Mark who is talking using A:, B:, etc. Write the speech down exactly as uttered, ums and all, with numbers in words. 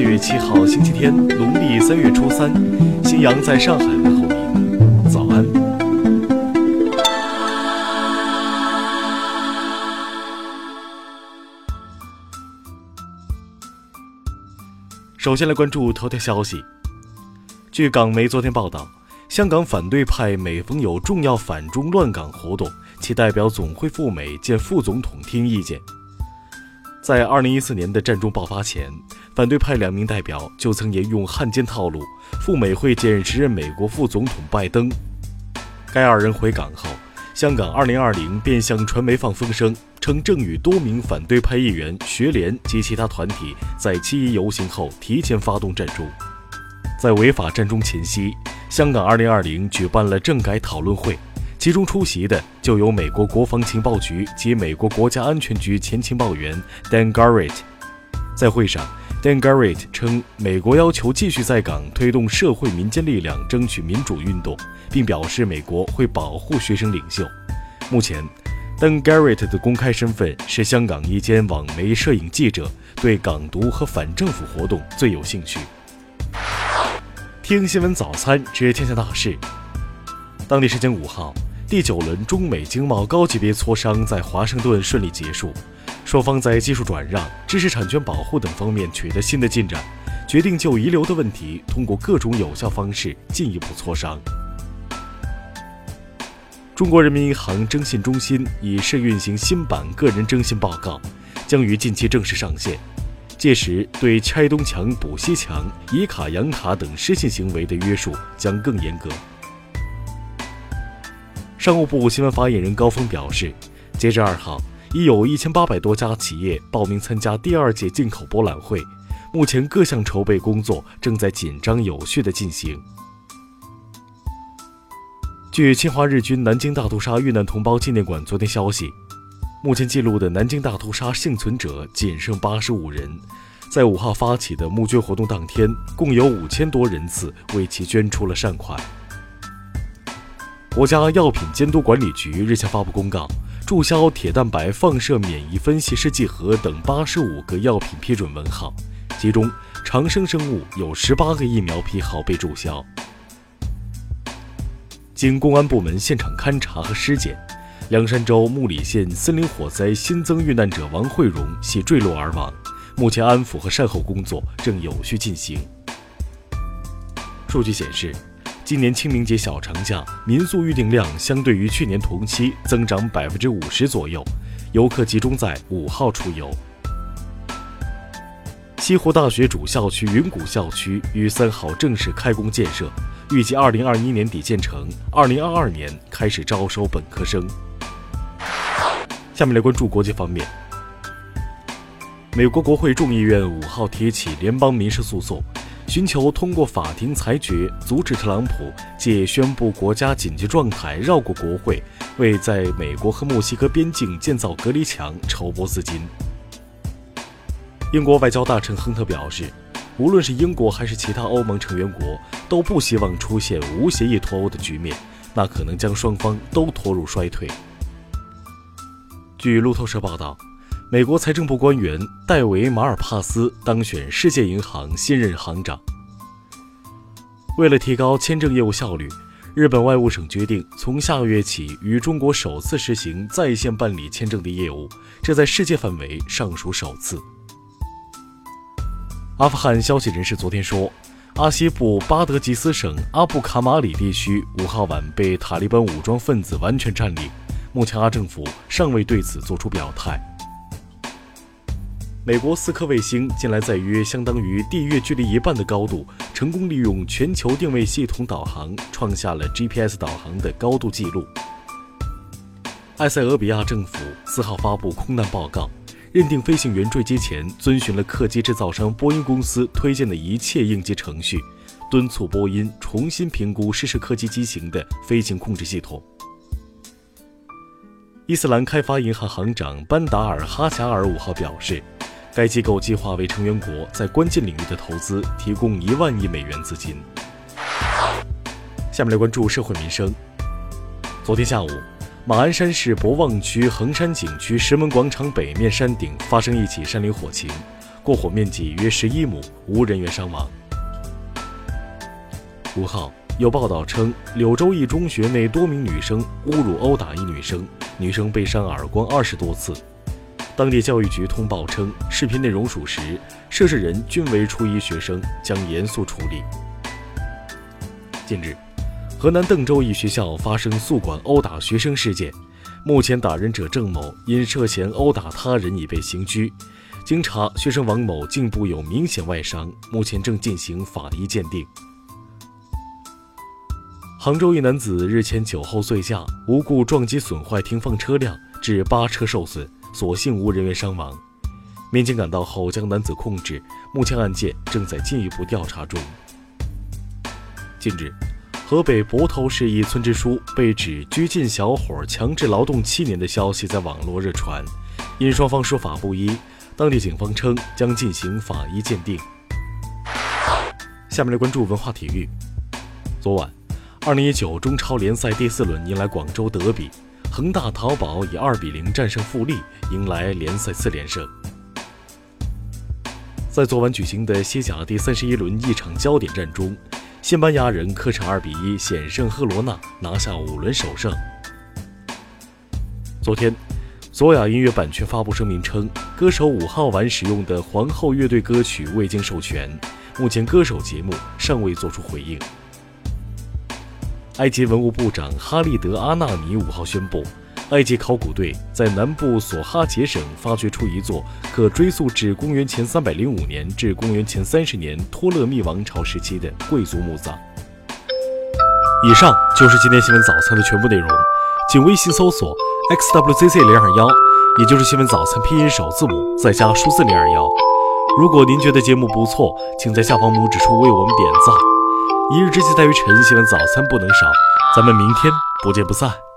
A: 月七号星期天，农历三月初三，新阳在上海问候您，早安。首先来关注头条消息。据港媒昨天报道，香港反对派每逢有重要反中乱港活动，其代表总会赴美见副总统听意见。在二零一四年的战中爆发前，反对派两名代表就曾沿用汉奸套路，赴美会见时任美国副总统拜登。该二人回港后，香港二零二零便向传媒放风声，称正与多名反对派议员、学联及其他团体在七一游行后提前发动战中。在违法战中前夕，香港二零二零举办了政改讨论会，其中出席的就有美国国防情报局及美国国家安全局前情报员 Dan Garrett。 在会上， Dan Garrett 称美国要求继续在港推动社会民间力量争取民主运动，并表示美国会保护学生领袖。目前Dan Garrett 的公开身份是香港一间网媒摄影记者，对港独和反政府活动最有兴趣。听新闻早餐知天下大事。当地时间五号，第九轮中美经贸高级别磋商在华盛顿顺利结束，双方在技术转让、知识产权保护等方面取得新的进展，决定就遗留的问题通过各种有效方式进一步磋商。中国人民银行征信中心已试运行新版个人征信报告，将于近期正式上线。届时，对拆东墙补西墙、以卡养卡等失信行为的约束将更严格。商务部新闻发言人高峰表示，截至二号，已有一千八百多家企业报名参加第二届进口博览会，目前各项筹备工作正在紧张有序地进行。据侵华日军南京大屠杀遇难同胞纪念馆昨天消息，目前记录的南京大屠杀幸存者仅剩八十五人，在五号发起的募捐活动当天，共有五千多人次为其捐出了善款。国家药品监督管理局日前发布公告，注销铁蛋白放射免疫分析试剂盒等八十五个药品批准文号，其中长生生物有十八个疫苗批号被注销。经公安部门现场勘查和尸检，凉山州木里县森林火灾新增遇难者王慧荣系坠落而亡，目前安抚和善后工作正有序进行。数据显示，今年清明节小长假民宿预订量相对于去年同期增长 百分之五十 左右，游客集中在五号出游。西湖大学主校区云谷校区于三号正式开工建设，预计二零二一年底建成，二零二二年开始招收本科生。下面来关注国际方面。美国国会众议院五号提起联邦民事诉讼，寻求通过法庭裁决阻止特朗普借宣布国家紧急状态绕过国会，为在美国和墨西哥边境建造隔离墙筹拨资金。英国外交大臣亨特表示，无论是英国还是其他欧盟成员国都不希望出现无协议脱欧的局面，那可能将双方都拖入衰退。据路透社报道，美国财政部官员戴维·马尔帕斯当选世界银行新任行长。为了提高签证业务效率，日本外务省决定从下个月起与中国首次实行在线办理签证的业务，这在世界范围尚属首次。阿富汗消息人士昨天说，阿西部巴德吉斯省阿布卡马里地区五号晚被塔利班武装分子完全占领，目前阿政府尚未对此作出表态。美国四颗卫星近来在约相当于地月距离一半的高度，成功利用全球定位系统导航，创下了 G P S 导航的高度纪录。埃塞俄比亚政府四号发布空难报告，认定飞行员坠机前遵循了客机制造商波音公司推荐的一切应急程序，敦促波音重新评估失事客机机型的飞行控制系统。伊斯兰开发银行行长班达尔·哈贾尔五号表示，该机构计划为成员国在关键领域的投资提供一万亿美元资金。下面来关注社会民生。昨天下午，马鞍山市博望区衡山景区石门广场北面山顶发生一起山林火情， 过火面积约十一亩，无人员伤亡。五号，有报道称，柳州一中学内多名女生侮辱殴打一女生，女生被扇耳光二十多次。当地教育局通报称，视频内容属实，涉事人均为初一学生，将严肃处理。近日，河南邓州一学校发生宿管殴打学生事件，目前打人者郑某因涉嫌殴打他人已被刑拘。经查，学生王某颈部有明显外伤，目前正进行法医鉴定。杭州一男子日前酒后醉驾，无故撞击损坏停放车辆，致八车受损，所幸无人员伤亡。民警赶到后将男子控制，目前案件正在进一步调查中。近日，河北泊头市一村支书被指拘禁小伙强制劳动七年的消息在网络热传，因双方说法不一，当地警方称将进行法医鉴定。下面来关注文化体育。昨晚二零一九中超联赛第四轮迎来广州德比，恒大淘宝以二比零战胜富力，迎来联赛四连胜。在昨晚举行的西甲第三十一轮一场焦点战中，西班牙人客场二比一险胜赫罗纳，拿下五轮首胜。昨天，索雅音乐版权发布声明称，歌手五号晚使用的皇后乐队歌曲未经授权，目前歌手节目尚未作出回应。埃及文物部长哈利德·阿纳尼五号宣布，埃及考古队在南部索哈杰省发掘出一座可追溯至公元前三百零五年至公元前三十年托勒密王朝时期的贵族墓葬。以上就是今天新闻早餐的全部内容，请微信搜索 X W Z Z 零二一，也就是新闻早餐拼音首字母再加数字零二一。如果您觉得节目不错，请在下方拇指处为我们点赞。一日之计在于晨，新闻早餐不能少，咱们明天不见不散。